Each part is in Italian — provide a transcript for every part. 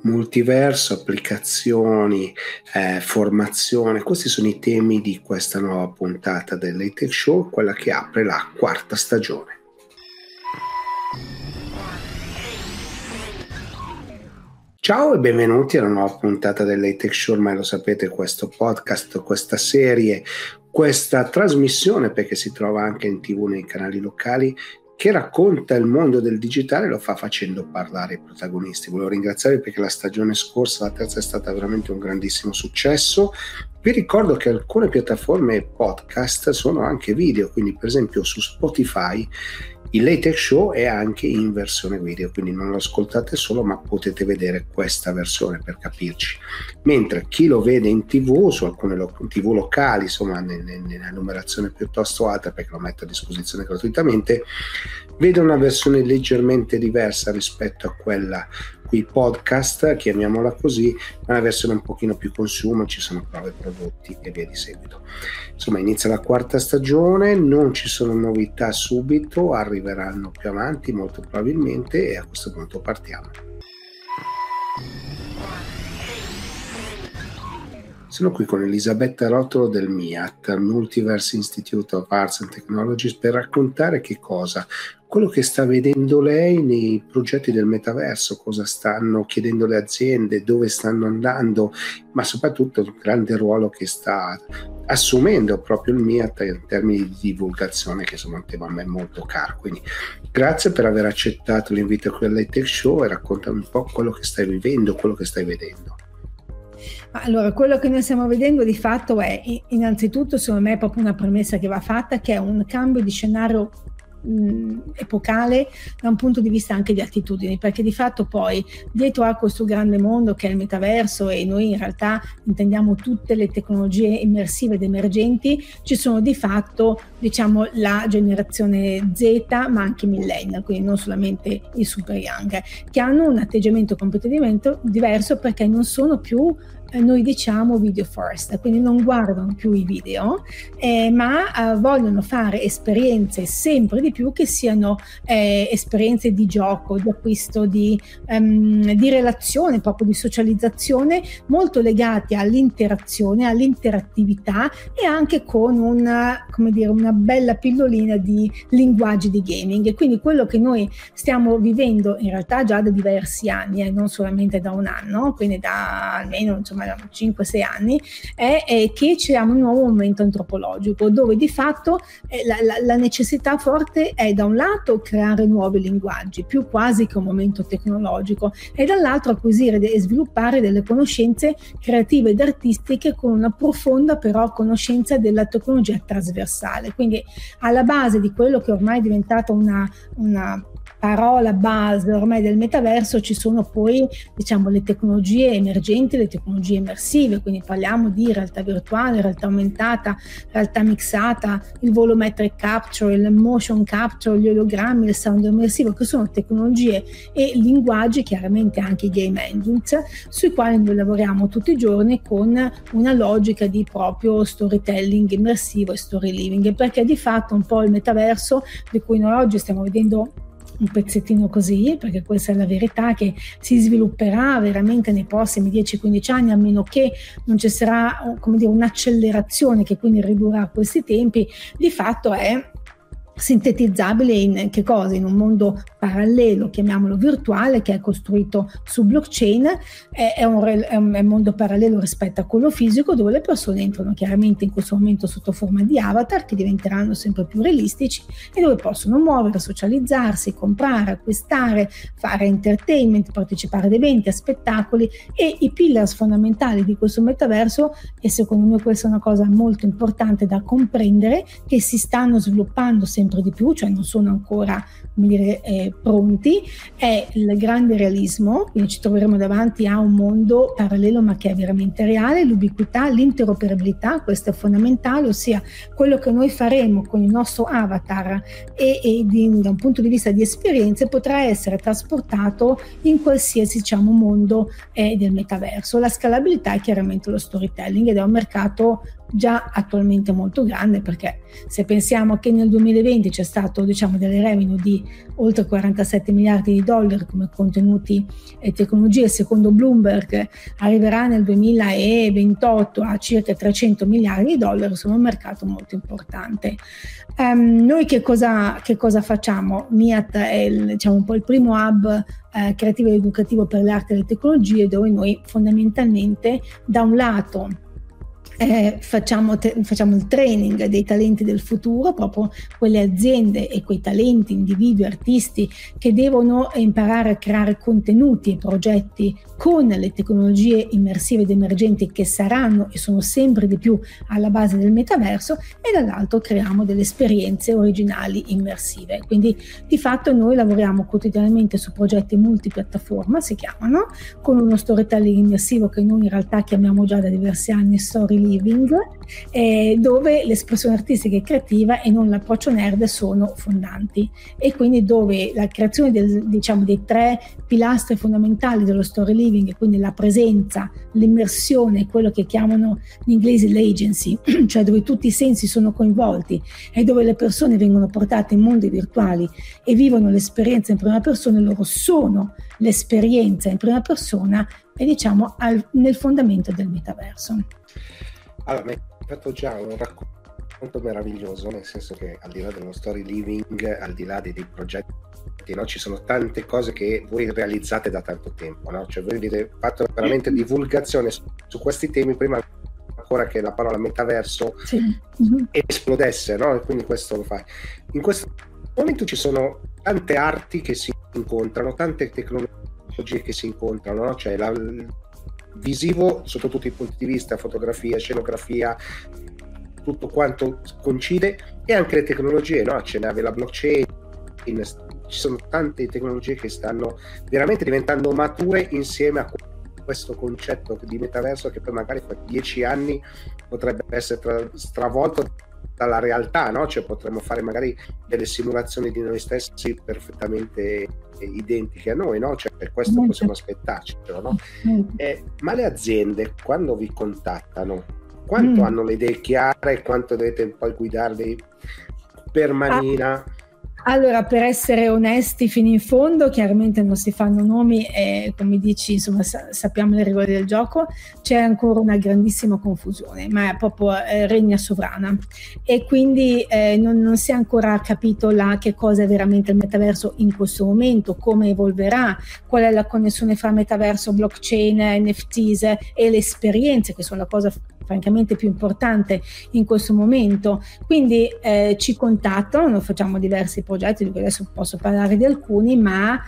Multiverso, applicazioni, formazione, questi sono i temi di questa nuova puntata dell'High-Tech Show, quella che apre la 4ª stagione. Ciao e benvenuti alla nuova puntata dell'High-Tech Show. Ormai lo sapete, questo podcast, questa serie, questa trasmissione, perché si trova anche in TV nei canali locali, che racconta il mondo del digitale, lo fa facendo parlare i protagonisti. Volevo ringraziarvi perché la stagione scorsa, la terza, è stata veramente un grandissimo successo. Vi ricordo che alcune piattaforme podcast sono anche video, quindi per esempio su Spotify il High-Tech Show è anche in versione video, quindi non lo ascoltate solo, ma potete vedere questa versione per capirci. Mentre chi lo vede in TV, su alcune TV locali, insomma nella numerazione piuttosto alta, perché lo metto a disposizione gratuitamente, vede una versione leggermente diversa rispetto a quella qui podcast, chiamiamola così, una versione un pochino più consumo, ci sono prove, prodotti e via di seguito. Insomma, inizia la 4ª stagione, non ci sono novità subito, arriveranno più avanti molto probabilmente, e a questo punto partiamo. Sono qui con Elisabetta Rotolo del MIAT, Multiverse Institute of Arts and Technologies, per raccontare che cosa? Quello che sta vedendo lei nei progetti del metaverso, cosa stanno chiedendo le aziende, dove stanno andando, ma soprattutto il grande ruolo che sta assumendo proprio il MIAT in termini di divulgazione, che insomma è un tema a me molto caro. Quindi grazie per aver accettato l'invito qui all'High-Tech Show e raccontami un po' quello che stai vivendo, quello che stai vedendo. Allora, quello che noi stiamo vedendo di fatto è, innanzitutto, secondo me, proprio una premessa che va fatta, che è un cambio di scenario epocale da un punto di vista anche di attitudini, perché di fatto poi dietro a questo grande mondo che è il metaverso, e noi in realtà intendiamo tutte le tecnologie immersive ed emergenti, ci sono di fatto, diciamo, la generazione Z, ma anche millennial, quindi non solamente i super young, che hanno un atteggiamento completamente diverso, perché non sono più, noi diciamo, video first, quindi non guardano più i video, ma vogliono fare esperienze sempre di più che siano esperienze di gioco, di acquisto, di relazione, proprio di socializzazione, molto legati all'interazione, all'interattività, e anche con una bella pillolina di linguaggi di gaming. E quindi quello che noi stiamo vivendo in realtà già da diversi anni, non solamente da un anno, quindi da almeno 5-6 anni, è che c'è un nuovo momento antropologico, dove di fatto la necessità forte è, da un lato, creare nuovi linguaggi, più quasi che un momento tecnologico, e dall'altro acquisire e sviluppare delle conoscenze creative ed artistiche con una profonda però conoscenza della tecnologia trasversale. Quindi alla base di quello che ormai è diventata una parola base ormai del metaverso ci sono poi, diciamo, le tecnologie emergenti, le tecnologie immersive, quindi parliamo di realtà virtuale, realtà aumentata, realtà mixata, il volumetric capture, il motion capture, gli ologrammi, il sound immersivo, che sono tecnologie e linguaggi, chiaramente anche i game engines, sui quali noi lavoriamo tutti i giorni con una logica di proprio storytelling immersivo e story living, perché di fatto un po' il metaverso, di cui noi oggi stiamo vedendo un pezzettino così, perché questa è la verità, che si svilupperà veramente nei prossimi 10-15 anni, a meno che non ci sarà, un'accelerazione che quindi ridurrà questi tempi, di fatto è sintetizzabile in che cosa? In un mondo parallelo, chiamiamolo virtuale, che è costruito su blockchain, è un mondo parallelo rispetto a quello fisico, dove le persone entrano chiaramente in questo momento sotto forma di avatar, che diventeranno sempre più realistici, e dove possono muovere, socializzarsi, comprare, acquistare, fare entertainment, partecipare ad eventi, a spettacoli. E i pillars fondamentali di questo metaverso, e secondo me questa è una cosa molto importante da comprendere, che si stanno sviluppando sempre di più, cioè non sono ancora, pronti, è il grande realismo, quindi ci troveremo davanti a un mondo parallelo ma che è veramente reale, l'ubiquità, l'interoperabilità, questo è fondamentale, ossia quello che noi faremo con il nostro avatar da un punto di vista di esperienze potrà essere trasportato in qualsiasi, mondo del metaverso. La scalabilità è chiaramente lo storytelling, ed è un mercato già attualmente molto grande, perché se pensiamo che nel 2020 2020 c'è stato, diciamo, delle revenue di oltre 47 miliardi di dollari come contenuti e tecnologie. Secondo Bloomberg arriverà nel 2028 a circa 300 miliardi di dollari, sono un mercato molto importante. Noi che cosa facciamo? MIAT è diciamo un po' il primo hub creativo ed educativo per le arti e le tecnologie, dove noi fondamentalmente da un lato facciamo il training dei talenti del futuro, proprio quelle aziende e quei talenti, individui, artisti che devono imparare a creare contenuti e progetti con le tecnologie immersive ed emergenti che saranno e sono sempre di più alla base del metaverso, e dall'altro creiamo delle esperienze originali immersive. Quindi di fatto noi lavoriamo quotidianamente su progetti multipiattaforma, si chiamano, con uno storytelling immersivo che noi in realtà chiamiamo già da diversi anni Story Living, dove l'espressione artistica e creativa e non l'approccio nerd sono fondanti, e quindi dove la creazione dei tre pilastri fondamentali dello story living, quindi la presenza, l'immersione, quello che chiamano in inglese l'agency, cioè dove tutti i sensi sono coinvolti e dove le persone vengono portate in mondi virtuali e vivono l'esperienza in prima persona, loro sono l'esperienza in prima persona, e diciamo nel fondamento del metaverso. Allora, mi hai fatto già un racconto meraviglioso, nel senso che al di là dello story living, al di là dei progetti, no, ci sono tante cose che voi realizzate da tanto tempo, no? Cioè voi avete fatto veramente divulgazione su questi temi prima ancora che la parola metaverso esplodesse, no? E quindi questo lo fai. In questo momento ci sono tante arti che si incontrano, tante tecnologie che si incontrano, no? Cioè visivo sotto tutti i punti di vista, fotografia, scenografia, tutto quanto coincide, e anche le tecnologie, no? Accennavi la blockchain, ci sono tante tecnologie che stanno veramente diventando mature insieme a questo concetto di metaverso che poi magari fra 10 anni potrebbe essere stravolto dalla realtà, no? Cioè potremmo fare magari delle simulazioni di noi stessi perfettamente identiche a noi, no? Cioè per questo possiamo aspettarcelo, no? Ma le aziende quando vi contattano, quanto hanno le idee chiare, quanto dovete poi guidarli per manina? Allora, per essere onesti fino in fondo, chiaramente non si fanno nomi e, come dici, insomma, sappiamo le regole del gioco, c'è ancora una grandissima confusione, ma è proprio regna sovrana, e quindi non si è ancora capito che cosa è veramente il metaverso in questo momento, come evolverà, qual è la connessione fra metaverso, blockchain, NFTs e le esperienze, che sono la cosa francamente più importante in questo momento. Quindi ci contattano, noi facciamo diversi progetti, di cui adesso posso parlare di alcuni, ma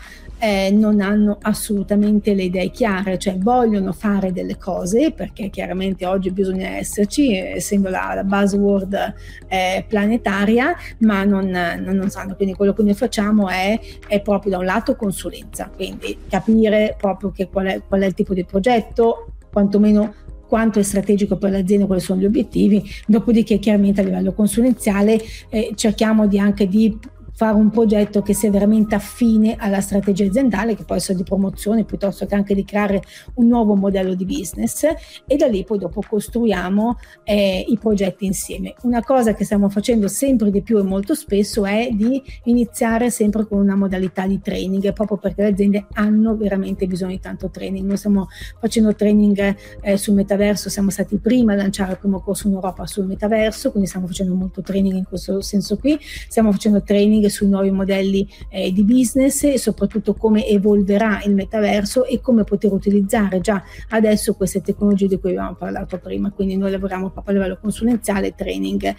non hanno assolutamente le idee chiare, cioè vogliono fare delle cose perché chiaramente oggi bisogna esserci, essendo la buzzword planetaria, ma non sanno. Quindi quello che noi facciamo è proprio da un lato consulenza, quindi capire proprio qual è il tipo di progetto, quantomeno quanto è strategico per l'azienda, quali sono gli obiettivi. Dopodiché chiaramente a livello consulenziale cerchiamo anche di fare un progetto che sia veramente affine alla strategia aziendale, che può essere di promozione piuttosto che anche di creare un nuovo modello di business, e da lì poi dopo costruiamo i progetti insieme. Una cosa che stiamo facendo sempre di più e molto spesso è di iniziare sempre con una modalità di training, proprio perché le aziende hanno veramente bisogno di tanto training. Noi stiamo facendo training sul metaverso, siamo stati i primi a lanciare il primo corso in Europa sul metaverso, quindi stiamo facendo molto training in questo senso qui, stiamo facendo training sui nuovi modelli di business e soprattutto come evolverà il metaverso e come poter utilizzare già adesso queste tecnologie di cui abbiamo parlato prima. Quindi noi lavoriamo proprio a livello consulenziale, training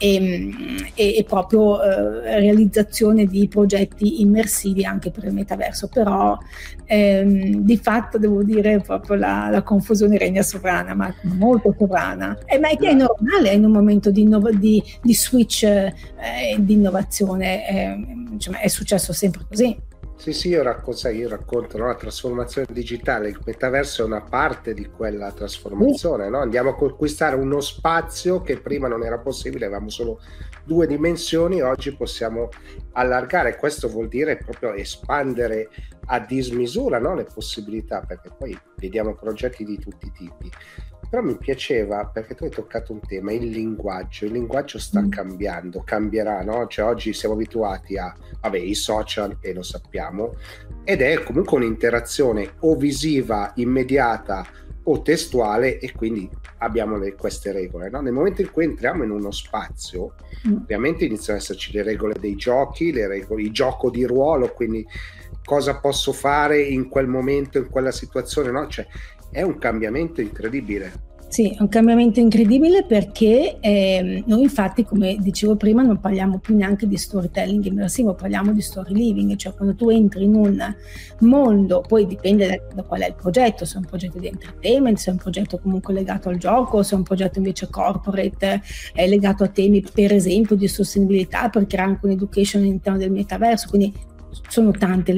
e proprio realizzazione di progetti immersivi anche per il metaverso, però di fatto devo dire proprio la confusione regna sovrana, ma molto sovrana, ma è che è normale in un momento di switch di innovazione, cioè, è successo sempre così. Sì, io racconto, no? La trasformazione digitale, il metaverso è una parte di quella trasformazione, no? Andiamo a conquistare uno spazio che prima non era possibile, avevamo solo 2 dimensioni, oggi possiamo allargare. Questo vuol dire proprio espandere a dismisura, no, le possibilità, perché poi vediamo progetti di tutti i tipi. Però mi piaceva, perché tu hai toccato un tema, il linguaggio sta cambiando, cambierà, no? Cioè oggi siamo abituati a, i social, e lo sappiamo, ed è comunque un'interazione o visiva, immediata, o testuale, e quindi abbiamo queste regole, no? Nel momento in cui entriamo in uno spazio, ovviamente iniziano ad esserci le regole dei giochi, il gioco di ruolo, quindi cosa posso fare in quel momento, in quella situazione, no? Cioè è un cambiamento incredibile. Sì, è un cambiamento incredibile, perché noi infatti, come dicevo prima, non parliamo più neanche di storytelling immersivo, parliamo di story living, cioè quando tu entri in un mondo, poi dipende da qual è il progetto, se è un progetto di entertainment, se è un progetto comunque legato al gioco, se è un progetto invece corporate, legato a temi per esempio di sostenibilità, per creare anche un'education all'interno del metaverso, quindi sono tante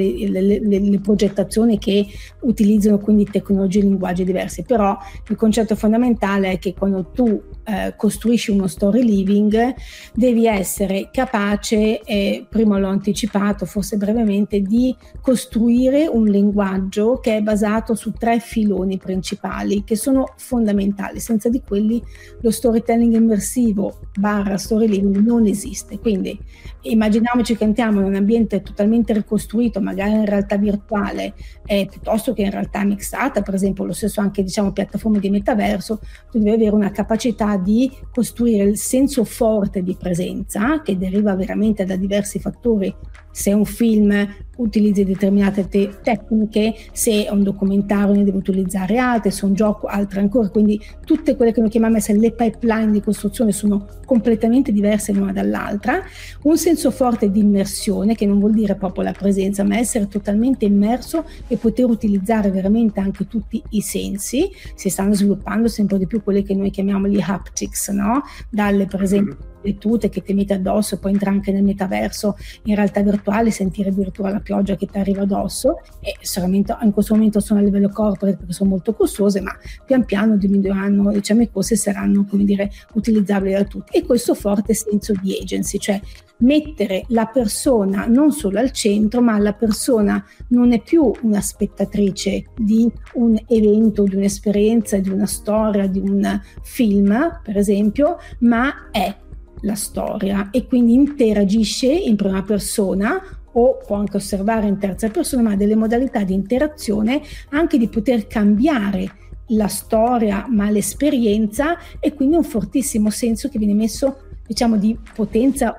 le progettazioni che utilizzano quindi tecnologie e linguaggi diversi, però il concetto fondamentale è che quando tu costruisci uno story living devi essere capace, prima l'ho anticipato forse brevemente, di costruire un linguaggio che è basato su 3 filoni principali che sono fondamentali. Senza di quelli lo storytelling immersivo / story living non esiste. Quindi immaginiamoci che entriamo in un ambiente totalmente ricostruito, magari in realtà virtuale, piuttosto che in realtà mixata, per esempio lo stesso anche piattaforme di metaverso. Tu devi avere una capacità di costruire il senso forte di presenza, che deriva veramente da diversi fattori. Se è un film utilizzi determinate tecniche, se è un documentario ne devi utilizzare altre, se è un gioco altre ancora, quindi tutte quelle che noi chiamiamo le pipeline di costruzione sono completamente diverse l'una dall'altra. Un senso forte di immersione, che non vuol dire proprio la presenza, ma essere totalmente immerso e poter utilizzare veramente anche tutti i sensi. Si stanno sviluppando sempre di più quelle che noi chiamiamo gli haptics, no? Dalle per esempio le tute che ti metti addosso, poi entra anche nel metaverso in realtà virtuale, sentire addirittura la pioggia che ti arriva addosso, e solamente in questo momento sono a livello corporate perché sono molto costose, ma pian piano diminuiranno, i costi e saranno, utilizzabili da tutti. E questo forte senso di agency, cioè mettere la persona non solo al centro, ma la persona non è più una spettatrice di un evento, di un'esperienza, di una storia, di un film per esempio, ma è la storia, e quindi interagisce in prima persona, o può anche osservare in terza persona, ma ha delle modalità di interazione anche di poter cambiare la storia ma l'esperienza, e quindi un fortissimo senso che viene messo di potenza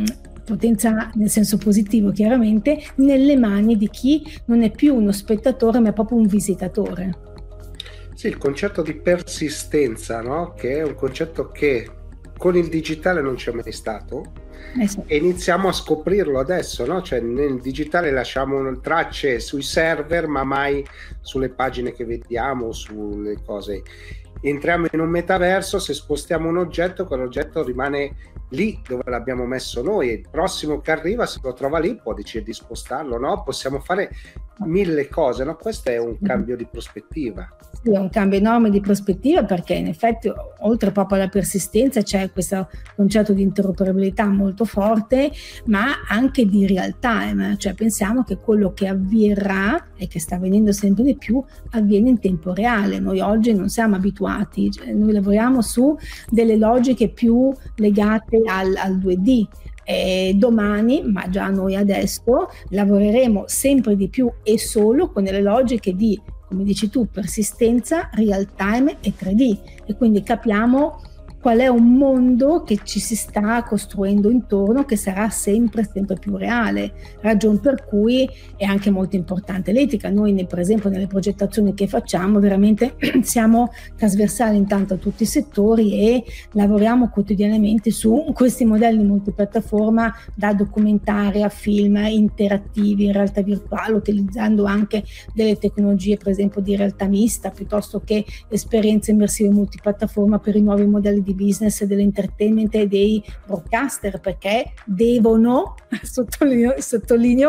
nel senso positivo chiaramente, nelle mani di chi non è più uno spettatore ma è proprio un visitatore. Sì, il concetto di persistenza, no? Che è un concetto che con il digitale non c'è mai stato, sì. E iniziamo a scoprirlo adesso, no? Cioè nel digitale lasciamo tracce sui server, ma mai sulle pagine che vediamo, sulle cose. Entriamo in un metaverso, se spostiamo un oggetto, quell'oggetto rimane lì dove l'abbiamo messo noi, e il prossimo che arriva, se lo trova lì, può decidere di spostarlo, no? Possiamo fare 1000 cose, no? Questo è un cambio di prospettiva. Sì, è un cambio enorme di prospettiva, perché in effetti oltre proprio alla persistenza c'è questo concetto di interoperabilità molto forte, ma anche di real time, cioè pensiamo che quello che avverrà e che sta avvenendo sempre di più avviene in tempo reale. Noi oggi non siamo abituati, cioè noi lavoriamo su delle logiche più legate al 2D. Domani, ma già noi adesso, lavoreremo sempre di più e solo con le logiche di, come dici tu, persistenza, real time e 3D, e quindi capiamo qual è un mondo che ci si sta costruendo intorno, che sarà sempre più reale, ragion per cui è anche molto importante l'etica. Noi per esempio nelle progettazioni che facciamo veramente siamo trasversali intanto a tutti i settori e lavoriamo quotidianamente su questi modelli multipiattaforma, da documentari a film interattivi in realtà virtuale, utilizzando anche delle tecnologie per esempio di realtà mista, piuttosto che esperienze immersive multipiattaforma per i nuovi modelli di business dell'entertainment e dei broadcaster, perché devono, sottolineo,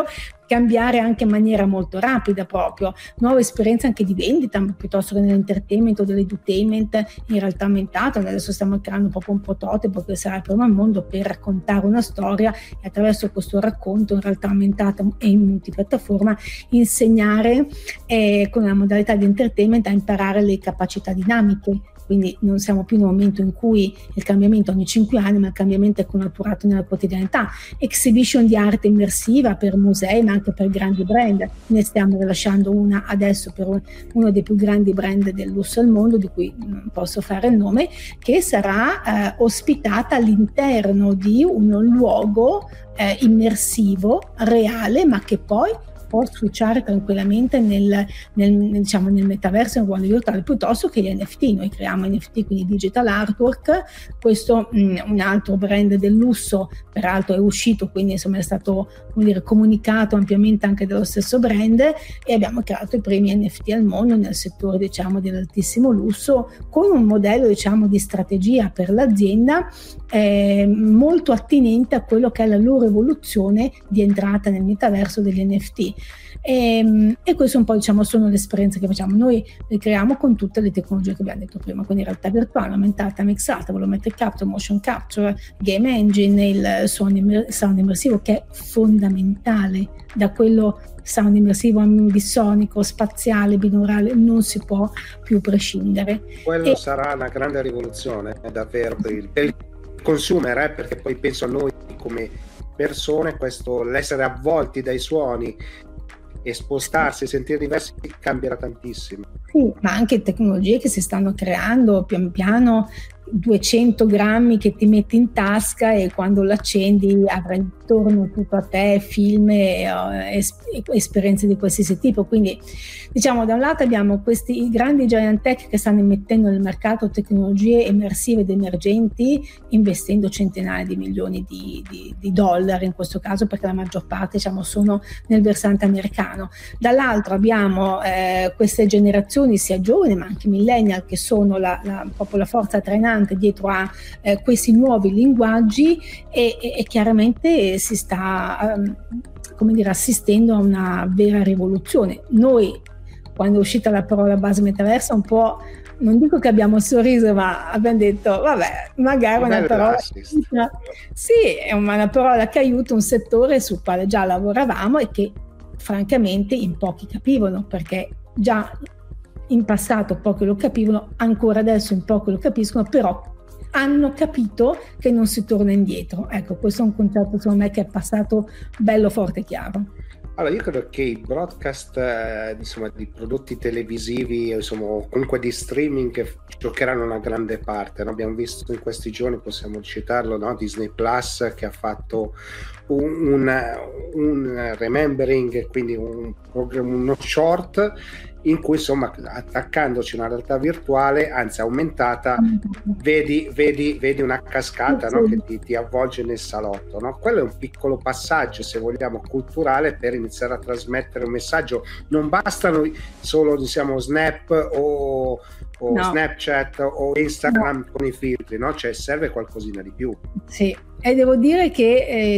cambiare anche in maniera molto rapida, proprio nuove esperienze anche di vendita piuttosto che nell'entertainment o dell'edutainment in realtà aumentata. Adesso stiamo creando proprio un prototipo che sarà il primo al mondo per raccontare una storia e attraverso questo racconto in realtà aumentata e in multipiattaforma insegnare con una modalità di entertainment a imparare le capacità dinamiche. Quindi non siamo più in un momento in cui il cambiamento ogni 5 anni, ma il cambiamento è connaturato nella quotidianità. Exhibition di arte immersiva per musei, ma anche per grandi brand. Ne stiamo rilasciando una adesso per uno dei più grandi brand del lusso al mondo, di cui non posso fare il nome, che sarà ospitata all'interno di un luogo immersivo, reale, ma che poi può switchare tranquillamente nel metaverso, nel mondo virtuale, piuttosto che gli NFT. Noi creiamo NFT, quindi digital artwork. Questo un altro brand del lusso, peraltro è uscito, quindi insomma è stato, come dire, comunicato ampiamente anche dallo stesso brand, e abbiamo creato i primi NFT al mondo nel settore, diciamo, dell'altissimo lusso, con un modello, diciamo, di strategia per l'azienda molto attinente a quello che è la loro evoluzione di entrata nel metaverso degli NFT. E questo un po', diciamo, sono le esperienze che facciamo. Noi le creiamo con tutte le tecnologie che abbiamo detto prima, quindi realtà virtuale, aumentata, mixata, volumetric capture, motion capture, game engine, il sound immersivo, che è fondamentale. Da quello sound immersivo ambisonico, spaziale, binaurale, non si può più prescindere. Quello sarà una grande rivoluzione davvero per il consumer, perché poi penso a noi come persone, l'essere avvolti dai suoni e spostarsi, sentire diversi, cambierà tantissimo. Sì, ma anche tecnologie che si stanno creando pian piano, 200 grammi che ti metti in tasca e quando l'accendi avrai intorno tutto a te film e esperienze di qualsiasi tipo. Quindi, diciamo, da un lato abbiamo questi grandi giant tech che stanno immettendo nel mercato tecnologie immersive ed emergenti, investendo centinaia di milioni di dollari in questo caso, perché la maggior parte, diciamo, sono nel versante americano. Dall'altro abbiamo queste generazioni, sia giovani ma anche millennial, che sono proprio la forza trainante dietro a questi nuovi linguaggi, e chiaramente si sta come dire, assistendo a una vera rivoluzione. Noi, quando è uscita la parola base metaverso, un po', non dico che abbiamo sorriso, ma abbiamo detto vabbè, magari una parola, sì, è una parola che aiuta un settore sul quale già lavoravamo e che francamente in pochi capivano, perché già in passato pochi lo capivano, ancora adesso in pochi lo capiscono, però hanno capito che non si torna indietro. Ecco, questo è un concetto secondo me che è passato bello forte e chiaro. Allora, io credo che i broadcast insomma, di prodotti televisivi, insomma, o comunque di streaming, giocheranno una grande parte, no? Abbiamo visto in questi giorni, possiamo citarlo, no? Disney Plus, che ha fatto un remembering, quindi uno short in cui, insomma, attaccandoci una realtà virtuale, anzi aumentata, vedi una cascata, no? Che ti avvolge nel salotto, no? Quello è un piccolo passaggio, se vogliamo, culturale, per iniziare a trasmettere un messaggio. Non bastano solo, diciamo, Snap o no, Snapchat o Instagram, no, con i filtri, no? Cioè serve qualcosina di più. Sì, e devo dire che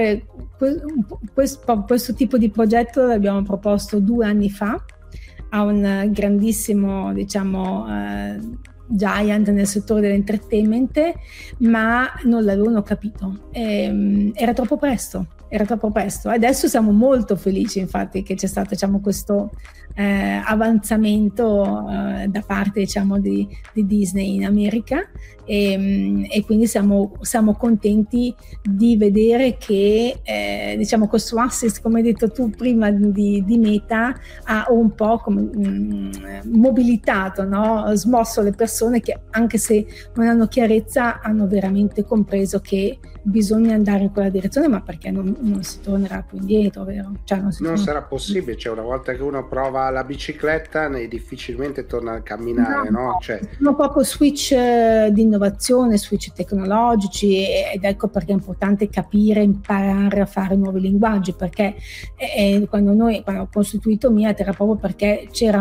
questo tipo di progetto l'abbiamo proposto 2 anni fa a un grandissimo, diciamo, giant nel settore dell'entertainment, ma non l'avevano capito. Era troppo presto. Adesso siamo molto felici, infatti, che c'è stato, diciamo, questo avanzamento da parte, diciamo, di Disney in America, e quindi siamo contenti di vedere che diciamo questo assist, come hai detto tu prima, di Meta ha un po' come mobilitato, no? Smosso le persone che, anche se non hanno chiarezza, hanno veramente compreso che bisogna andare in quella direzione, ma perché non si tornerà più indietro, vero? Cioè non sarà possibile, cioè una volta che uno prova la bicicletta difficilmente torna a camminare, no? Cioè, sono proprio switch di innovazione, switch tecnologici, ed ecco perché è importante capire, imparare a fare nuovi linguaggi, perché quando ho costituito Miat era proprio perché c'era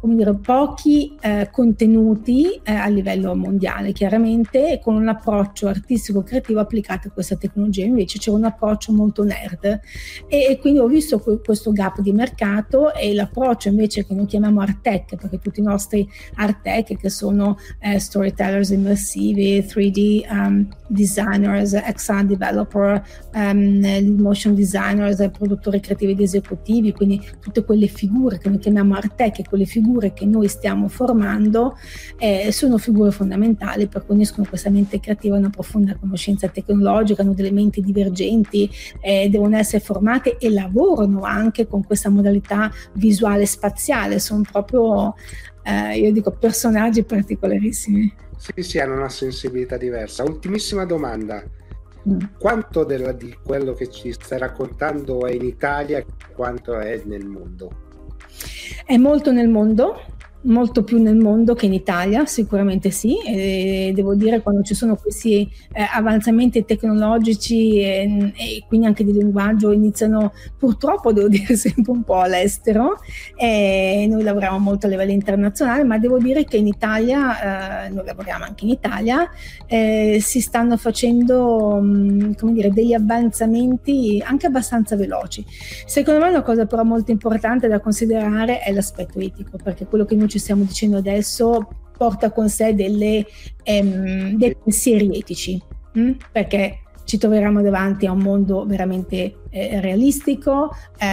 come dire, pochi contenuti a livello mondiale, chiaramente, e con un approccio artistico creativo applicato a questa tecnologia. Invece c'è un approccio molto nerd e quindi ho visto questo gap di mercato, e l'approccio invece che noi chiamiamo art tech, perché tutti i nostri art tech che sono storytellers immersivi, 3D designers, XR developer, motion designers, produttori creativi ed esecutivi, quindi tutte quelle figure che noi chiamiamo art tech e quelle figure che noi stiamo formando sono figure fondamentali perché uniscono questa mente creativa a una profonda conoscenza tecnologica, hanno delle menti divergenti, devono essere formate e lavorano anche con questa modalità visuale spaziale, sono proprio io dico personaggi particolarissimi. Sì, hanno una sensibilità diversa. Ultimissima domanda. Quanto di quello che ci stai raccontando è in Italia, quanto è nel mondo? È molto nel mondo, molto più nel mondo che in Italia, sicuramente sì, e devo dire quando ci sono questi avanzamenti tecnologici e quindi anche di linguaggio iniziano purtroppo, devo dire, sempre un po' all'estero, e noi lavoriamo molto a livello internazionale, ma devo dire che in Italia, noi lavoriamo anche in Italia, si stanno facendo come dire, degli avanzamenti anche abbastanza veloci. Secondo me una cosa però molto importante da considerare è l'aspetto etico, perché quello che noi ci stiamo dicendo adesso porta con sé dei pensieri etici, perché ci troveremo davanti a un mondo veramente realistico,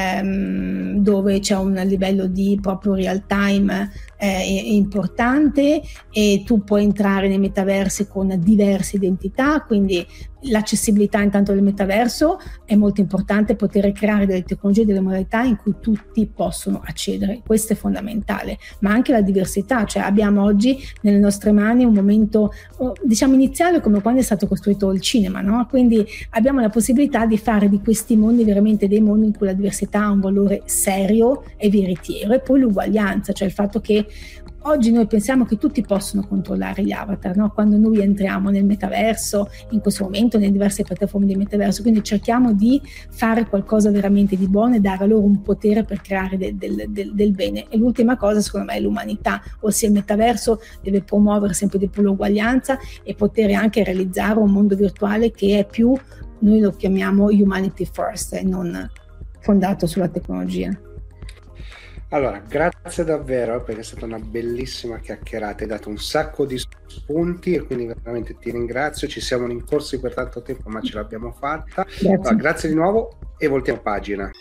dove c'è un livello di proprio real time importante, e tu puoi entrare nei metaversi con diverse identità, quindi l'accessibilità intanto del metaverso è molto importante, poter creare delle tecnologie, delle modalità in cui tutti possono accedere, questo è fondamentale, ma anche la diversità, cioè abbiamo oggi nelle nostre mani un momento diciamo iniziale come quando è stato costruito il cinema, no? Quindi abbiamo la possibilità di fare di questi mondi veramente dei mondi in cui la diversità ha un valore serio e veritiero, e poi l'uguaglianza, cioè il fatto che oggi noi pensiamo che tutti possono controllare gli avatar, no? Quando noi entriamo nel metaverso, in questo momento nelle diverse piattaforme di metaverso, quindi cerchiamo di fare qualcosa veramente di buono e dare a loro un potere per creare del bene. E l'ultima cosa secondo me è l'umanità, ossia il metaverso deve promuovere sempre di più l'uguaglianza e poter anche realizzare un mondo virtuale che è più, noi lo chiamiamo humanity first e non fondato sulla tecnologia. Allora, grazie davvero perché è stata una bellissima chiacchierata, hai dato un sacco di spunti e quindi veramente ti ringrazio, ci siamo rincorsi per tanto tempo ma ce l'abbiamo fatta. Allora, grazie di nuovo e voltiamo pagina.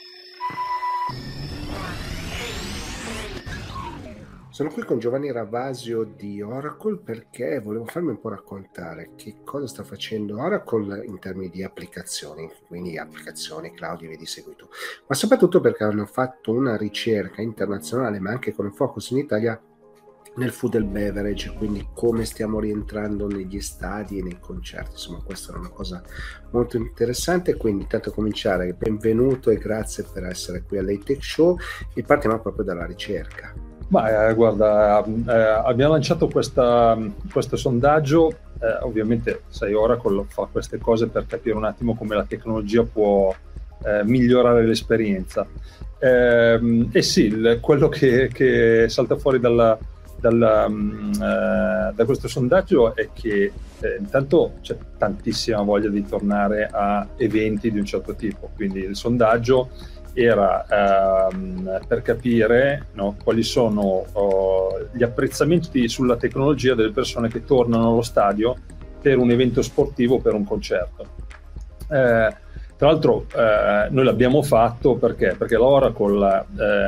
Sono qui con Giovanni Ravasio di Oracle perché volevo farmi un po' raccontare che cosa sta facendo Oracle in termini di applicazioni, quindi applicazioni, cloud e via di seguito, ma soprattutto perché hanno fatto una ricerca internazionale ma anche con il focus in Italia nel food and beverage, quindi come stiamo rientrando negli stadi e nei concerti. Insomma, questa è una cosa molto interessante, quindi intanto cominciare, benvenuto e grazie per essere qui all'Hightech Show e partiamo proprio dalla ricerca. Guarda, abbiamo lanciato questo sondaggio, ovviamente sai, Oracle fa queste cose per capire un attimo come la tecnologia può migliorare l'esperienza. E sì, quello che salta fuori da questo sondaggio è che intanto c'è tantissima voglia di tornare a eventi di un certo tipo, quindi il sondaggio era per capire, no, quali sono gli apprezzamenti sulla tecnologia delle persone che tornano allo stadio per un evento sportivo o per un concerto. Tra l'altro noi l'abbiamo fatto perché l'Oracle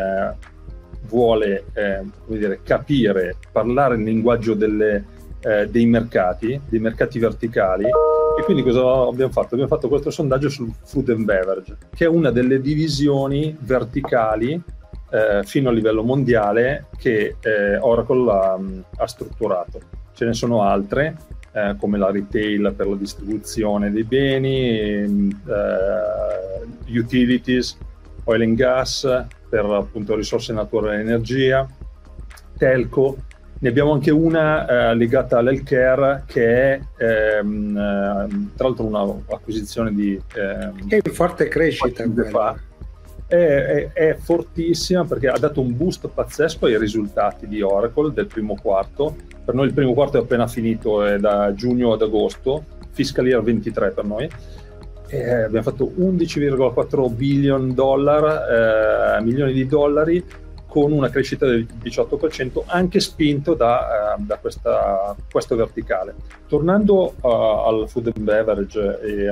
vuole come dire, capire, parlare il linguaggio dei mercati verticali. E quindi cosa abbiamo fatto? Abbiamo fatto questo sondaggio sul food and beverage, che è una delle divisioni verticali fino a livello mondiale che Oracle ha strutturato. Ce ne sono altre, come la retail per la distribuzione dei beni, utilities, oil and gas per appunto risorse naturali e energia, telco. Ne abbiamo anche una legata all'healthcare che è tra l'altro una acquisizione di che è in forte crescita fa. è fortissima, perché ha dato un boost pazzesco ai risultati di Oracle del primo quarto. Per noi il primo quarto è appena finito, è da giugno ad agosto, fiscal year 23 per noi. Abbiamo fatto 11,4 billion milioni di dollari, con una crescita del 18%, anche spinto da questo verticale. Tornando al food and beverage e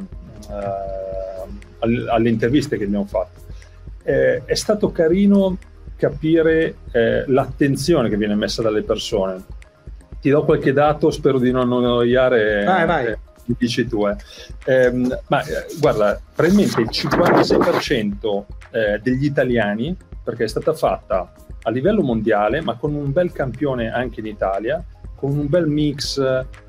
alle interviste che abbiamo fatto, è stato carino capire l'attenzione che viene messa dalle persone. Ti do qualche dato, spero di non annoiare. Vai. Mi dici tu. Guarda, probabilmente il 56% degli italiani, perché è stata fatta a livello mondiale, ma con un bel campione anche in Italia, con un bel mix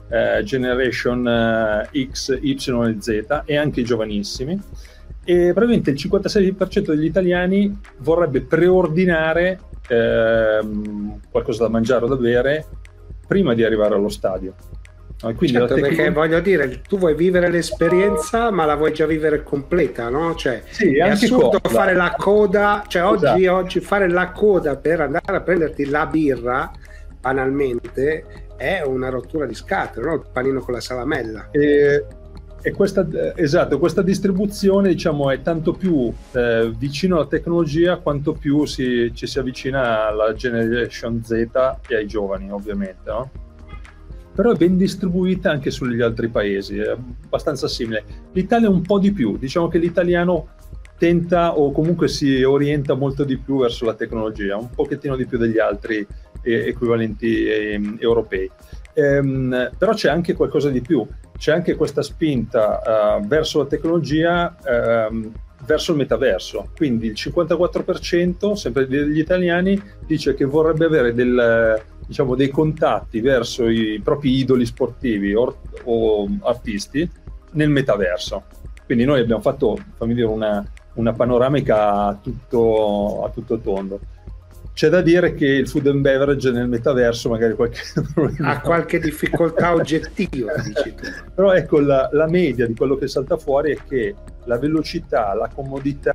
Generation X, Y e Z, e anche i giovanissimi, e probabilmente il 56% degli italiani vorrebbe preordinare qualcosa da mangiare o da bere prima di arrivare allo stadio. Quindi certo, perché voglio dire, tu vuoi vivere l'esperienza, ma la vuoi già vivere completa, no? Cioè, sì, è assurdo fare la coda, cioè oggi fare la coda per andare a prenderti la birra, banalmente, è una rottura di scatole, no? Il panino con la salamella. E questa distribuzione, diciamo, è tanto più vicino alla tecnologia quanto più ci si avvicina alla Generation Z e ai giovani, ovviamente, no? Però è ben distribuita anche sugli altri paesi, è abbastanza simile. L'Italia un po' di più, diciamo che l'italiano tenta, o comunque si orienta molto di più verso la tecnologia, un pochettino di più degli altri equivalenti europei. Però c'è anche qualcosa di più, c'è anche questa spinta verso la tecnologia, verso il metaverso. Quindi il 54% sempre degli italiani dice che vorrebbe avere dei contatti verso i propri idoli sportivi o artisti nel metaverso. Quindi noi abbiamo fatto, fammi dire, una panoramica a tutto tondo. C'è da dire che il food and beverage nel metaverso magari ha qualche difficoltà oggettiva, dici tu. Però ecco, la media di quello che salta fuori è che la velocità, la comodità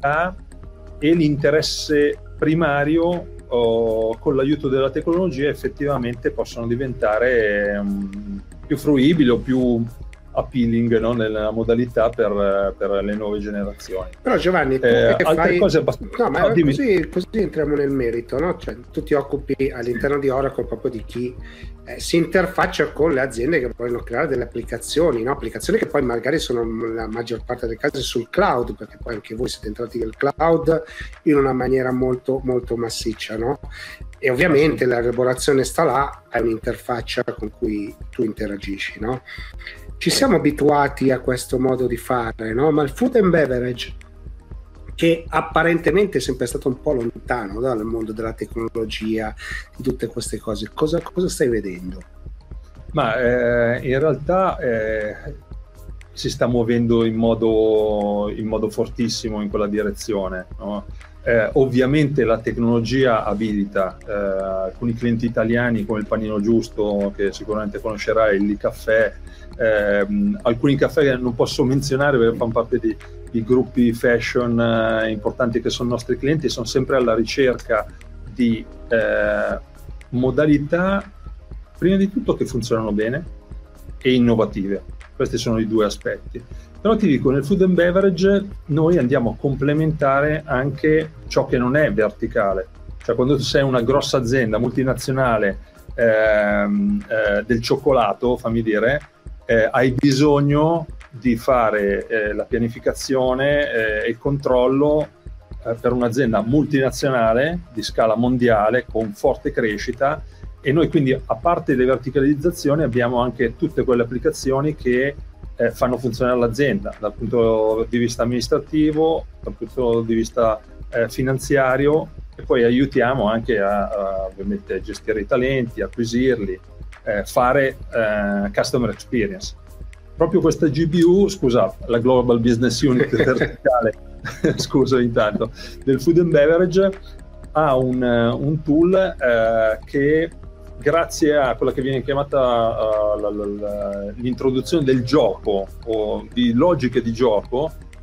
e l'interesse primario con l'aiuto della tecnologia effettivamente possono diventare più fruibili o più appealing, no? Nella modalità per le nuove generazioni. Però Giovanni, altre cose abbastanza... No, ma così entriamo nel merito, no? Cioè, tu ti occupi all'interno di Oracle proprio di chi si interfaccia con le aziende che vogliono creare delle applicazioni, no? Applicazioni che poi magari sono la maggior parte dei casi sul cloud, perché poi anche voi siete entrati nel cloud in una maniera molto molto massiccia, no? E ovviamente la elaborazione sta là, è un'interfaccia con cui tu interagisci, no? Ci siamo abituati a questo modo di fare, no? Ma il food and beverage, che apparentemente è sempre stato un po' lontano dal mondo della tecnologia, di tutte queste cose, cosa stai vedendo? Ma in realtà si sta muovendo in modo fortissimo in quella direzione, no? Ovviamente la tecnologia abilita alcuni clienti italiani come il Panino Giusto, che sicuramente conoscerai, il Caffè, alcuni caffè che non posso menzionare perché fanno parte di gruppi fashion importanti che sono nostri clienti, sono sempre alla ricerca di modalità, prima di tutto, che funzionano bene e innovative. Questi sono i due aspetti. Però ti dico, nel food and beverage noi andiamo a complementare anche ciò che non è verticale. Cioè, quando tu sei una grossa azienda multinazionale del cioccolato, fammi dire, hai bisogno di fare la pianificazione e il controllo per un'azienda multinazionale di scala mondiale con forte crescita, e noi quindi, a parte le verticalizzazioni, abbiamo anche tutte quelle applicazioni che fanno funzionare l'azienda dal punto di vista amministrativo, dal punto di vista finanziario, e poi aiutiamo anche ovviamente gestire i talenti, acquisirli, fare customer experience. Proprio questa GBU, la Global Business Unit verticale, scusa intanto, del food and beverage, ha un tool che, grazie a quella che viene chiamata l'introduzione del gioco o di logiche di gioco,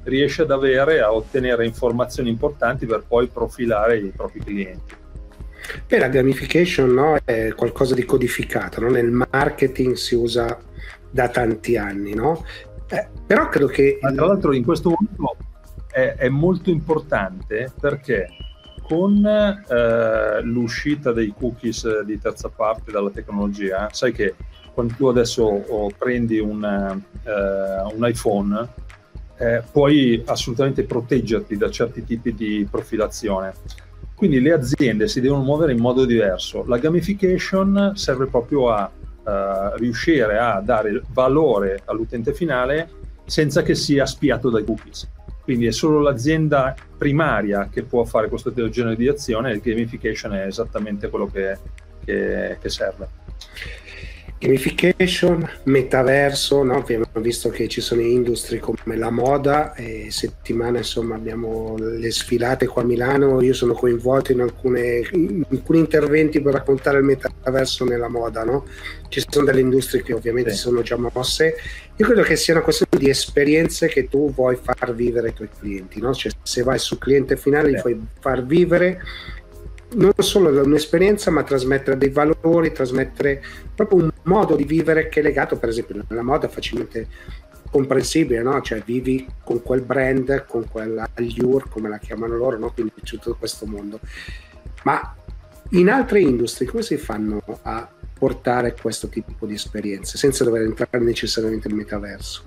riesce a ottenere informazioni importanti per poi profilare i propri clienti. Beh, la gamification, no, è qualcosa di codificato, no? Nel marketing si usa da tanti anni, no? Però credo che... Ma tra l'altro in questo momento è molto importante, perché con l'uscita dei cookies di terza parte dalla tecnologia, sai che quando tu adesso prendi un iPhone, puoi assolutamente proteggerti da certi tipi di profilazione. Quindi le aziende si devono muovere in modo diverso. La gamification serve proprio a riuscire a dare valore all'utente finale senza che sia spiato dai cookies. Quindi è solo l'azienda primaria che può fare questo genere di azione, e il gamification è esattamente quello che serve. Gamification, metaverso, no? Abbiamo visto che ci sono industrie come la moda, e settimana insomma abbiamo le sfilate qua a Milano. Io sono coinvolto in alcuni interventi per raccontare il metaverso nella moda, no? Ci sono delle industrie che ovviamente si sono già mosse. Io credo che sia una questione di esperienze che tu vuoi far vivere ai tuoi clienti, no? Cioè, se vai sul cliente finale li puoi far vivere non solo un'esperienza, ma trasmettere dei valori, trasmettere proprio un modo di vivere che è legato, per esempio, nella moda facilmente comprensibile, no? Cioè vivi con quel brand, con quella allure, come la chiamano loro, no? Quindi c'è tutto questo mondo. Ma in altre industrie come si fanno a portare questo tipo di esperienze senza dover entrare necessariamente nel metaverso?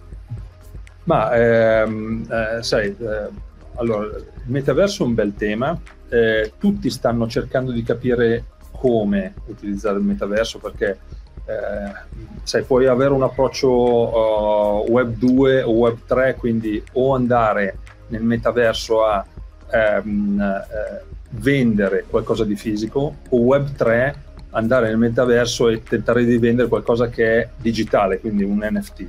Ma sai, allora, il metaverso è un bel tema. Tutti stanno cercando di capire come utilizzare il metaverso, perché sai, puoi avere un approccio web 2 o web 3, quindi o andare nel metaverso a vendere qualcosa di fisico, o web 3 andare nel metaverso e tentare di vendere qualcosa che è digitale, quindi un NFT.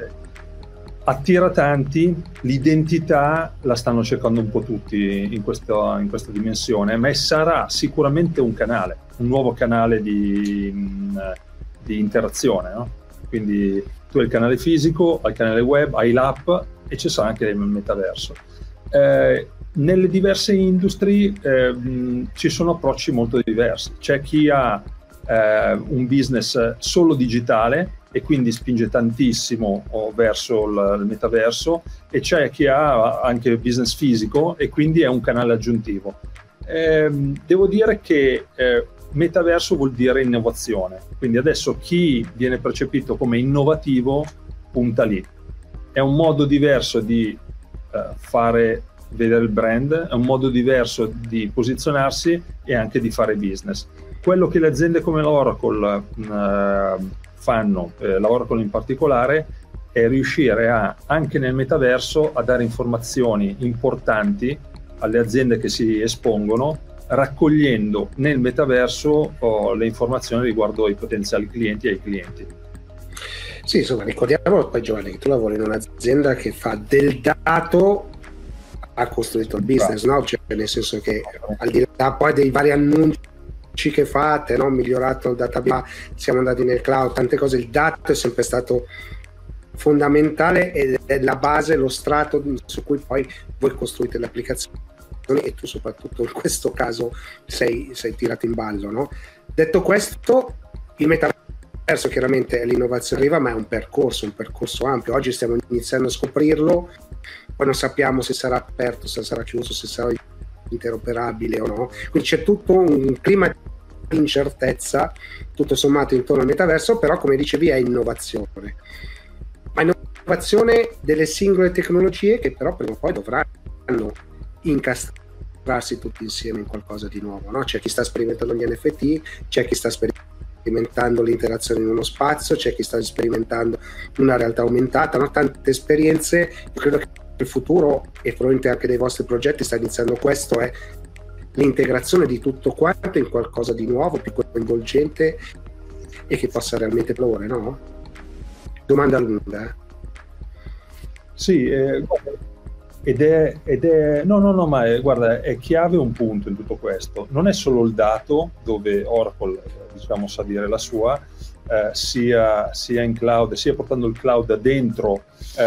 Attira tanti, l'identità la stanno cercando un po' tutti in questa dimensione, ma sarà sicuramente un nuovo canale di interazione, no? Quindi tu hai il canale fisico, hai il canale web, hai l'app, e ci sarà anche il metaverso. Nelle diverse industrie ci sono approcci molto diversi. C'è chi ha un business solo digitale e quindi spinge tantissimo verso il metaverso, e c'è chi ha anche business fisico e quindi è un canale aggiuntivo. Devo dire che metaverso vuol dire innovazione, quindi adesso chi viene percepito come innovativo punta lì. È un modo diverso di fare vedere il brand, è un modo diverso di posizionarsi e anche di fare business. Quello che le aziende come l'Oracle fanno, l'Oracle in particolare, è riuscire anche nel metaverso a dare informazioni importanti alle aziende che si espongono, raccogliendo nel metaverso le informazioni riguardo ai potenziali clienti e ai clienti. Sì, insomma, ricordiamo poi, Giovanni, che tu lavori in un'azienda che fa del dato, ha costruito il business, no? Cioè, nel senso che al di là poi dei vari annunci che fate, no? Migliorato il database, siamo andati nel cloud, tante cose, il dato è sempre stato fondamentale ed è la base, lo strato su cui poi voi costruite le applicazioni, e tu soprattutto in questo caso sei tirato in ballo, no? Detto questo, il metaverso chiaramente è l'innovazione, arriva, ma è un percorso ampio. Oggi stiamo iniziando a scoprirlo, poi non sappiamo se sarà aperto, se sarà chiuso, se sarà interoperabile o no, quindi c'è tutto un clima di incertezza tutto sommato intorno al metaverso, però come dicevi è innovazione, ma innovazione delle singole tecnologie che però prima o poi dovranno incastrarsi tutti insieme in qualcosa di nuovo, no? C'è chi sta sperimentando gli NFT, c'è chi sta sperimentando l'interazione in uno spazio, c'è chi sta sperimentando una realtà aumentata, no? Tante esperienze. Io credo che il futuro, e probabilmente anche dei vostri progetti sta iniziando questo, è l'integrazione di tutto quanto in qualcosa di nuovo, più coinvolgente e che possa realmente valore, no? Domanda lunga. Sì, ma guarda, è chiave un punto in tutto questo. Non è solo il dato, dove Oracle, diciamo, sa dire la sua, sia in cloud, sia portando il cloud dentro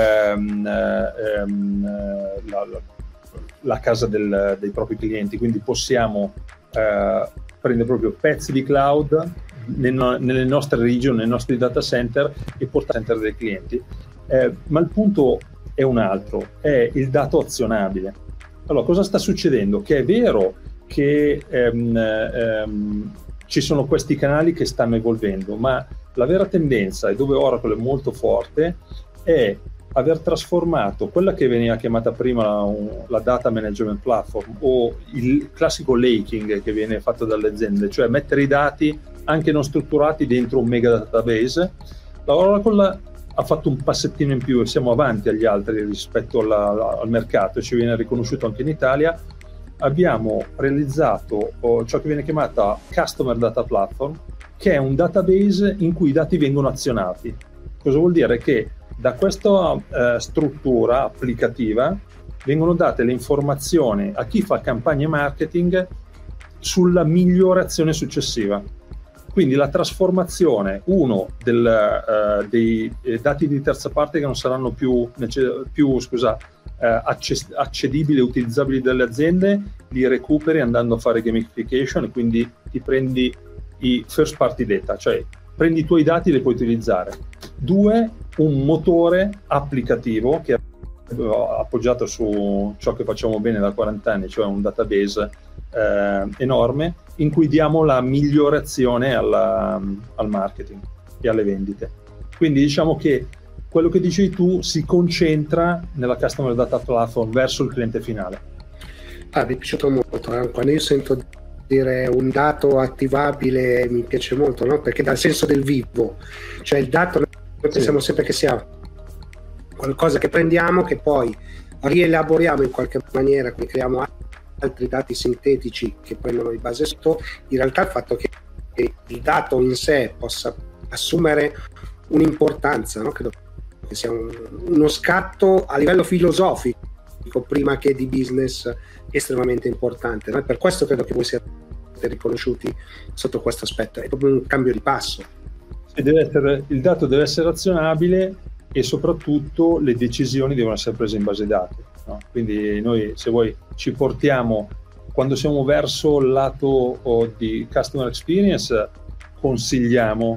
la casa dei propri clienti, quindi possiamo prendere proprio pezzi di cloud nelle nostre regioni, nei nostri data center e portare center dei clienti. Ma il punto è un altro, è il dato azionabile. Allora, cosa sta succedendo? Che è vero che ci sono questi canali che stanno evolvendo, ma la vera tendenza, e dove Oracle è molto forte, è aver trasformato quella che veniva chiamata prima la data management platform, o il classico laking che viene fatto dalle aziende, cioè mettere i dati anche non strutturati dentro un mega database. La Oracle ha fatto un passettino in più e siamo avanti agli altri rispetto al mercato, e ci viene riconosciuto anche in Italia. Abbiamo realizzato ciò che viene chiamata Customer Data Platform, che è un database in cui i dati vengono azionati. Cosa vuol dire? Che da questa struttura applicativa vengono date le informazioni a chi fa campagne marketing sulla migliore azione successiva. Quindi la trasformazione, dei dati di terza parte che non saranno più accedibili e utilizzabili dalle aziende, li recuperi andando a fare gamification, e quindi ti prendi i first party data, cioè prendi i tuoi dati e li puoi utilizzare. 2, un motore applicativo che è appoggiato su ciò che facciamo bene da 40 anni, cioè un database enorme, in cui diamo la migliore azione al marketing e alle vendite. Quindi diciamo che quello che dicevi tu si concentra nella Customer Data Platform verso il cliente finale. Mi è piaciuto molto, quando io sento dire un dato attivabile mi piace molto, no? Perché dà il senso del vivo, cioè il dato noi pensiamo sempre che sia qualcosa che prendiamo, che poi rielaboriamo in qualche maniera, quindi creiamo altri dati sintetici che prendono di base sotto. In realtà il fatto che il dato in sé possa assumere un'importanza, no? Credo che sia uno scatto a livello filosofico prima che di business estremamente importante, no? E per questo credo che voi siate riconosciuti sotto questo aspetto, è proprio un cambio di passo. Il dato deve essere azionabile, e soprattutto le decisioni devono essere prese in base ai dati, no? Quindi noi, se vuoi, ci portiamo, quando siamo verso il lato di customer experience, consigliamo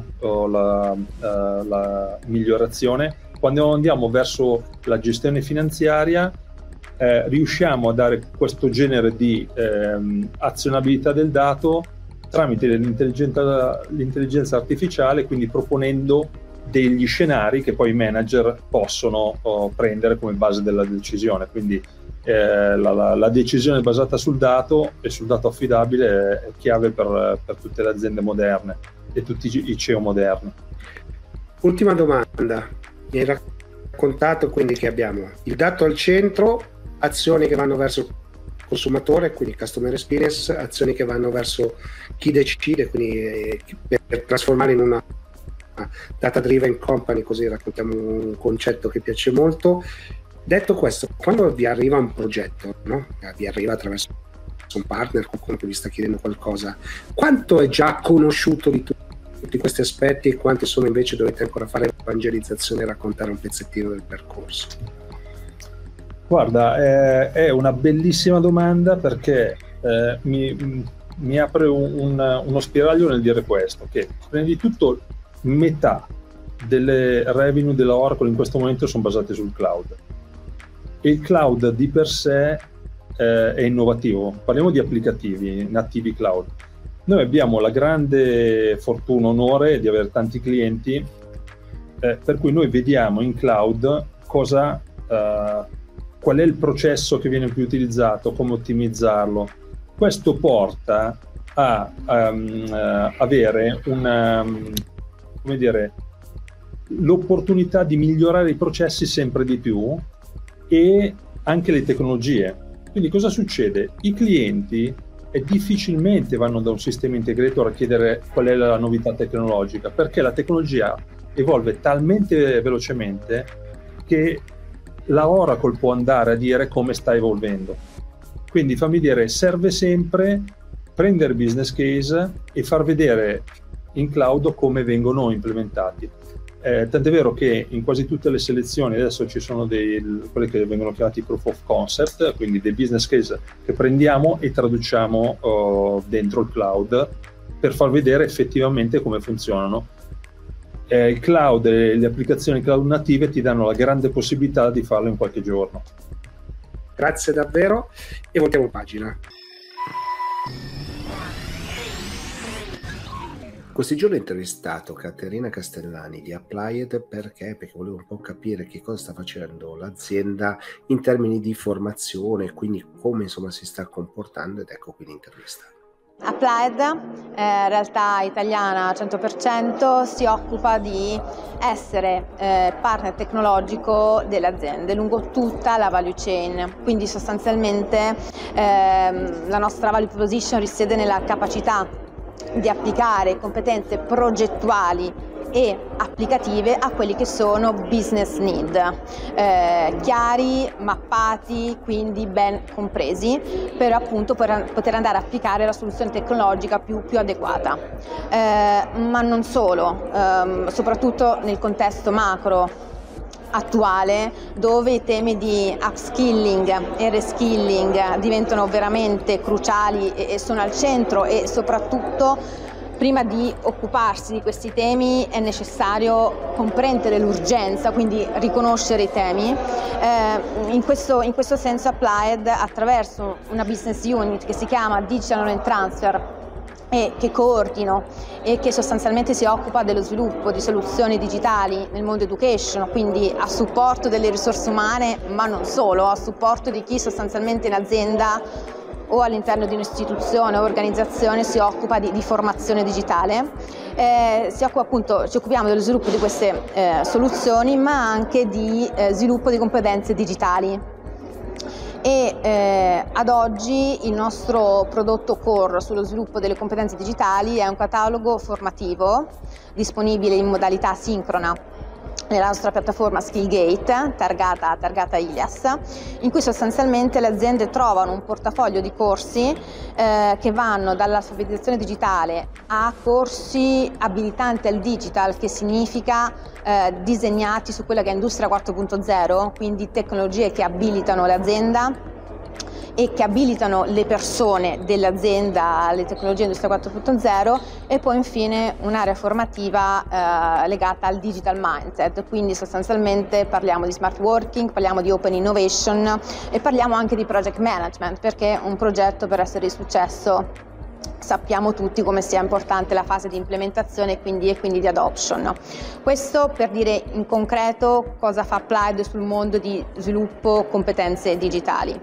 la migliorazione. Quando andiamo verso la gestione finanziaria, riusciamo a dare questo genere di azionabilità del dato tramite l'intelligenza artificiale, quindi proponendo degli scenari che poi i manager possono prendere come base della decisione. Quindi la decisione basata sul dato e sul dato affidabile è chiave per tutte le aziende moderne e tutti i CEO moderni. Ultima domanda. Mi hai raccontato quindi che abbiamo il dato al centro, azioni che vanno verso il consumatore, quindi customer experience, azioni che vanno verso chi decide, quindi per trasformare in una data driven company, così raccontiamo un concetto che piace molto. Detto questo, quando vi arriva un progetto, no? Vi arriva attraverso un partner, qualcuno che vi sta chiedendo qualcosa, quanto è già conosciuto di tutti questi aspetti e quanti sono invece dovete ancora fare evangelizzazione e raccontare un pezzettino del percorso? Guarda, è una bellissima domanda, perché mi apre uno spiraglio nel dire questo, che prima di tutto metà delle revenue della Oracle in questo momento sono basate sul cloud, e il cloud di per sé è innovativo. Parliamo di applicativi nativi cloud. Noi abbiamo la grande fortuna, onore di avere tanti clienti, per cui noi vediamo in cloud qual è il processo che viene più utilizzato, come ottimizzarlo. Questo porta a avere l'opportunità di migliorare i processi sempre di più, e anche le tecnologie. Quindi cosa succede? I clienti difficilmente vanno da un sistema integrator a chiedere qual è la novità tecnologica, perché la tecnologia evolve talmente velocemente che la Oracle può andare a dire come sta evolvendo. Quindi fammi dire, serve sempre prendere business case e far vedere in cloud come vengono implementati. Tant'è vero che in quasi tutte le selezioni adesso ci sono quelli che vengono chiamati proof of concept, quindi dei business case che prendiamo e traduciamo dentro il cloud per far vedere effettivamente come funzionano. Il cloud e le applicazioni cloud native ti danno la grande possibilità di farlo in qualche giorno. Grazie davvero e voltiamo pagina. Questi giorni ho intervistato Caterina Castellani di Applied perché volevo un po' capire che cosa sta facendo l'azienda in termini di formazione, quindi come insomma si sta comportando, ed ecco qui l'intervista. Applied, realtà italiana 100%, si occupa di essere partner tecnologico delle aziende lungo tutta la value chain, quindi sostanzialmente la nostra value proposition risiede nella capacità di applicare competenze progettuali e applicative a quelli che sono business need, chiari, mappati, quindi ben compresi, per appunto poter andare a applicare la soluzione tecnologica più adeguata. Ma non solo, soprattutto nel contesto macro attuale, dove i temi di upskilling e reskilling diventano veramente cruciali e sono al centro, e soprattutto prima di occuparsi di questi temi è necessario comprendere l'urgenza, quindi riconoscere i temi. In questo senso Applied, attraverso una business unit che si chiama Digital Knowledge Transfer e che coordino e che sostanzialmente si occupa dello sviluppo di soluzioni digitali nel mondo education, quindi a supporto delle risorse umane, ma non solo, a supporto di chi sostanzialmente in azienda o all'interno di un'istituzione o organizzazione si occupa di formazione digitale. Ci occupiamo dello sviluppo di queste soluzioni, ma anche di sviluppo di competenze digitali. E ad oggi il nostro prodotto core sullo sviluppo delle competenze digitali è un catalogo formativo disponibile in modalità sincrona nella nostra piattaforma Skillgate, targata Ilias, in cui sostanzialmente le aziende trovano un portafoglio di corsi che vanno dall'alfabetizzazione digitale a corsi abilitanti al digital, che significa disegnati su quella che è Industria 4.0, quindi tecnologie che abilitano l'azienda e che abilitano le persone dell'azienda alle tecnologie Industria 4.0, e poi infine un'area formativa legata al digital mindset, quindi sostanzialmente parliamo di smart working, parliamo di open innovation e parliamo anche di project management, perché un progetto, per essere di successo, sappiamo tutti come sia importante la fase di implementazione e quindi di adoption. Questo per dire in concreto cosa fa Applied sul mondo di sviluppo competenze digitali.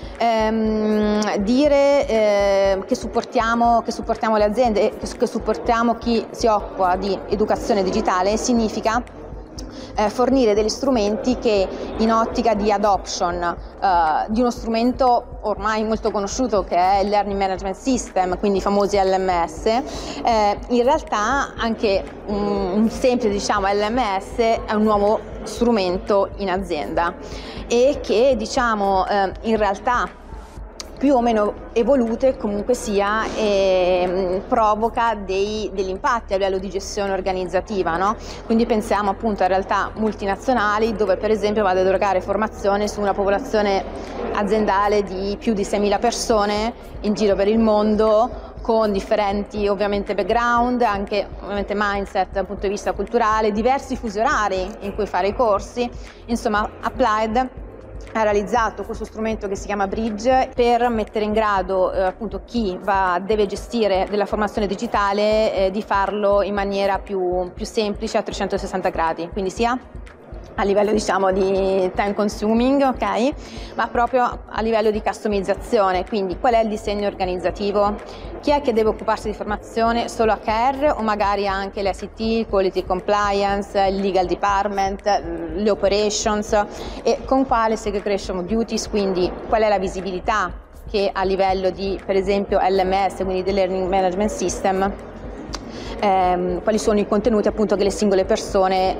Che supportiamo le aziende e che supportiamo chi si occupa di educazione digitale significa fornire degli strumenti che, in ottica di adoption di uno strumento ormai molto conosciuto che è il Learning Management System, quindi i famosi LMS, in realtà anche un semplice LMS è un nuovo strumento in azienda e che in realtà più o meno evolute comunque sia, provoca degli impatti a livello di gestione organizzativa, no? Quindi pensiamo appunto a realtà multinazionali dove per esempio vado ad erogare formazione su una popolazione aziendale di più di 6.000 persone in giro per il mondo, con differenti ovviamente background, anche ovviamente mindset dal punto di vista culturale, diversi fusi orari in cui fare i corsi. Insomma, Applied ha realizzato questo strumento che si chiama Bridge per mettere in grado appunto chi deve gestire della formazione digitale di farlo in maniera più semplice a 360 gradi, quindi sia a livello di time consuming, ok, ma proprio a livello di customizzazione, quindi qual è il disegno organizzativo, chi è che deve occuparsi di formazione, solo HR o magari anche l'ICT, Quality Compliance, il Legal Department, le Operations, e con quale segregation duties, quindi qual è la visibilità che a livello di per esempio LMS, quindi del Learning Management System, quali sono i contenuti appunto che le singole persone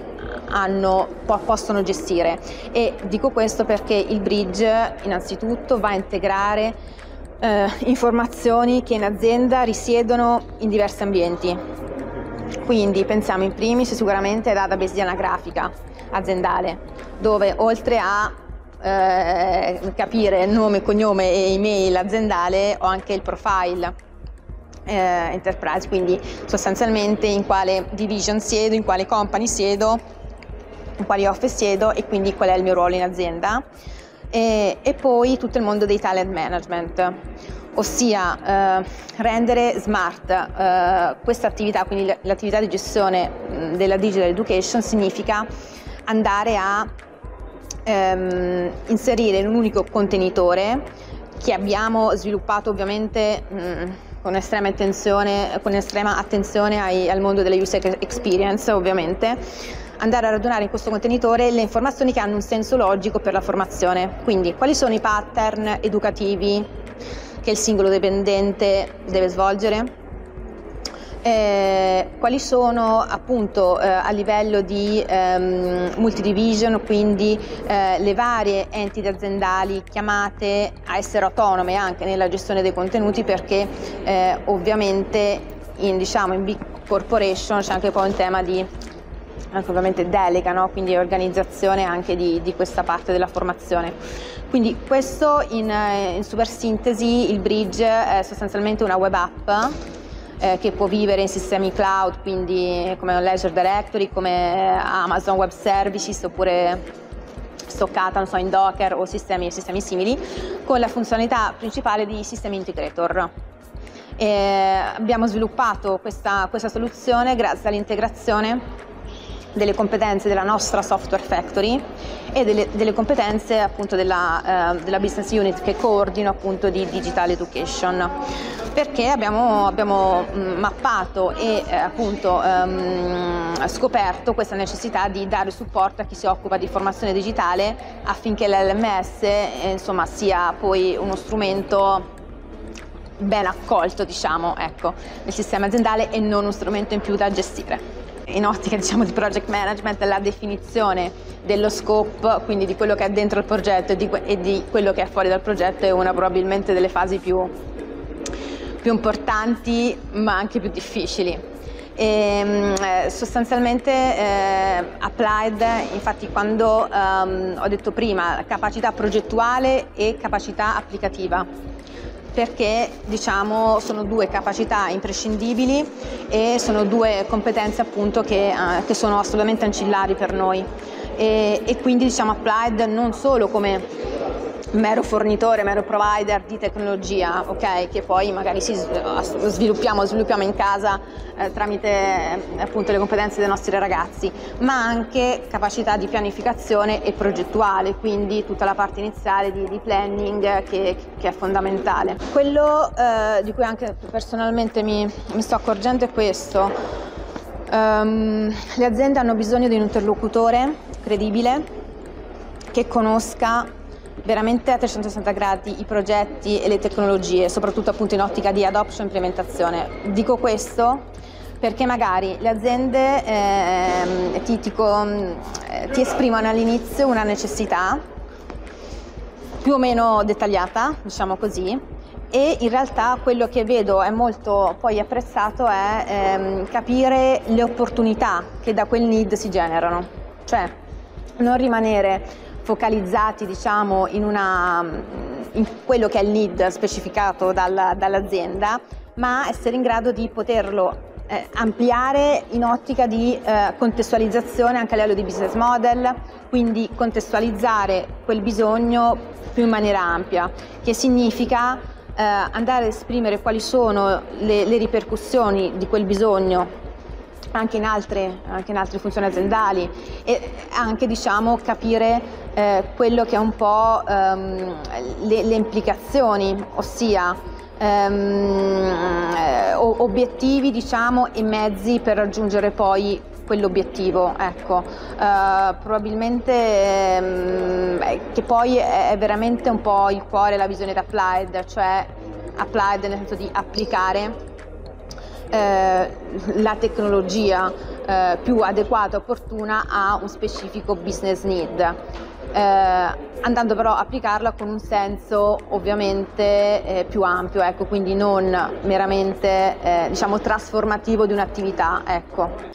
possono gestire. E dico questo perché il bridge innanzitutto va a integrare informazioni che in azienda risiedono in diversi ambienti. Quindi pensiamo in primis sicuramente al database di anagrafica aziendale, dove oltre a capire nome, cognome e email aziendale ho anche il profile enterprise, quindi sostanzialmente in quale division siedo, in quale company siedo, in quali office siedo e quindi qual è il mio ruolo in azienda. E poi tutto il mondo dei talent management, ossia rendere smart questa attività, quindi l'attività di gestione della digital education significa andare a inserire in un unico contenitore che abbiamo sviluppato ovviamente con estrema attenzione al mondo delle user experience, ovviamente, andare a radunare in questo contenitore le informazioni che hanno un senso logico per la formazione. Quindi quali sono i pattern educativi che il singolo dipendente deve svolgere, quali sono appunto a livello di multidivision, quindi le varie entity aziendali chiamate a essere autonome anche nella gestione dei contenuti, perché ovviamente in big corporation c'è anche poi un tema di anche ovviamente delega, no? Quindi organizzazione anche di questa parte della formazione. Quindi questo in super sintesi, il bridge è sostanzialmente una web app che può vivere in sistemi cloud, quindi come un Azure Directory, come Amazon Web Services, oppure stoccata in Docker o sistemi simili, con la funzionalità principale di sistemi integrator. Abbiamo sviluppato questa soluzione grazie all'integrazione delle competenze della nostra software factory e delle competenze appunto della business unit che coordina appunto di digital education, perché abbiamo mappato e appunto scoperto questa necessità di dare supporto a chi si occupa di formazione digitale affinché l'LMS sia poi uno strumento ben accolto nel sistema aziendale e non uno strumento in più da gestire. In ottica di project management, la definizione dello scope, quindi di quello che è dentro il progetto e di quello che è fuori dal progetto, è una probabilmente delle fasi più importanti ma anche più difficili. Sostanzialmente Applied, infatti, quando ho detto prima capacità progettuale e capacità applicativa, perché sono due capacità imprescindibili e sono due competenze appunto che sono assolutamente ancillari per noi, e quindi Applied non solo come mero fornitore, mero provider di tecnologia, ok, che poi magari sviluppiamo in casa tramite appunto le competenze dei nostri ragazzi, ma anche capacità di pianificazione e progettuale, quindi tutta la parte iniziale di planning che è fondamentale. Quello di cui anche personalmente mi sto accorgendo è questo: le aziende hanno bisogno di un interlocutore credibile che conosca veramente a 360 gradi i progetti e le tecnologie, soprattutto appunto in ottica di adoption e implementazione. Dico questo perché magari le aziende ti esprimono all'inizio una necessità più o meno dettagliata, così, e in realtà quello che vedo è molto poi apprezzato è capire le opportunità che da quel need si generano, cioè non rimanere focalizzati in quello che è il need specificato dall'azienda, ma essere in grado di poterlo ampliare in ottica di contestualizzazione anche a livello di business model, quindi contestualizzare quel bisogno più in maniera ampia, che significa andare ad esprimere quali sono le ripercussioni di quel bisogno anche in altre funzioni aziendali, e anche capire quello che è un po' le implicazioni, ossia obiettivi e mezzi per raggiungere poi quell'obiettivo, probabilmente che poi è veramente un po' il cuore, la visione di Applied, cioè Applied nel senso di applicare la tecnologia più adeguata e opportuna a un specifico business need, andando però a applicarla con un senso ovviamente più ampio, ecco, quindi non meramente diciamo trasformativo di un'attività, ecco.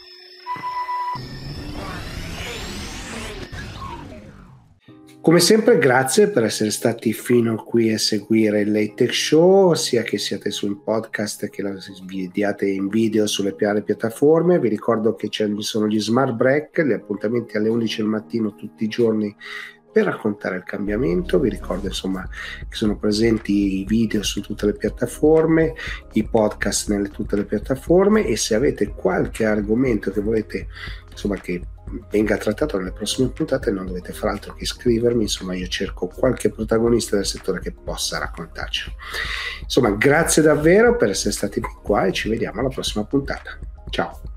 Come sempre, grazie per essere stati fino qui a seguire il Late Tech Show, sia che siate su un podcast che la vediate in video sulle piattaforme. Vi ricordo che ci sono gli Smart Break, gli appuntamenti alle 11 del mattino tutti i giorni per raccontare il cambiamento. Vi ricordo insomma che sono presenti i video su tutte le piattaforme, i podcast nelle tutte le piattaforme, e se avete qualche argomento che volete insomma che venga trattato nelle prossime puntate non dovete fare altro che iscrivermi, insomma io cerco qualche protagonista del settore che possa raccontarci. Insomma, grazie davvero per essere stati qua e ci vediamo alla prossima puntata. Ciao.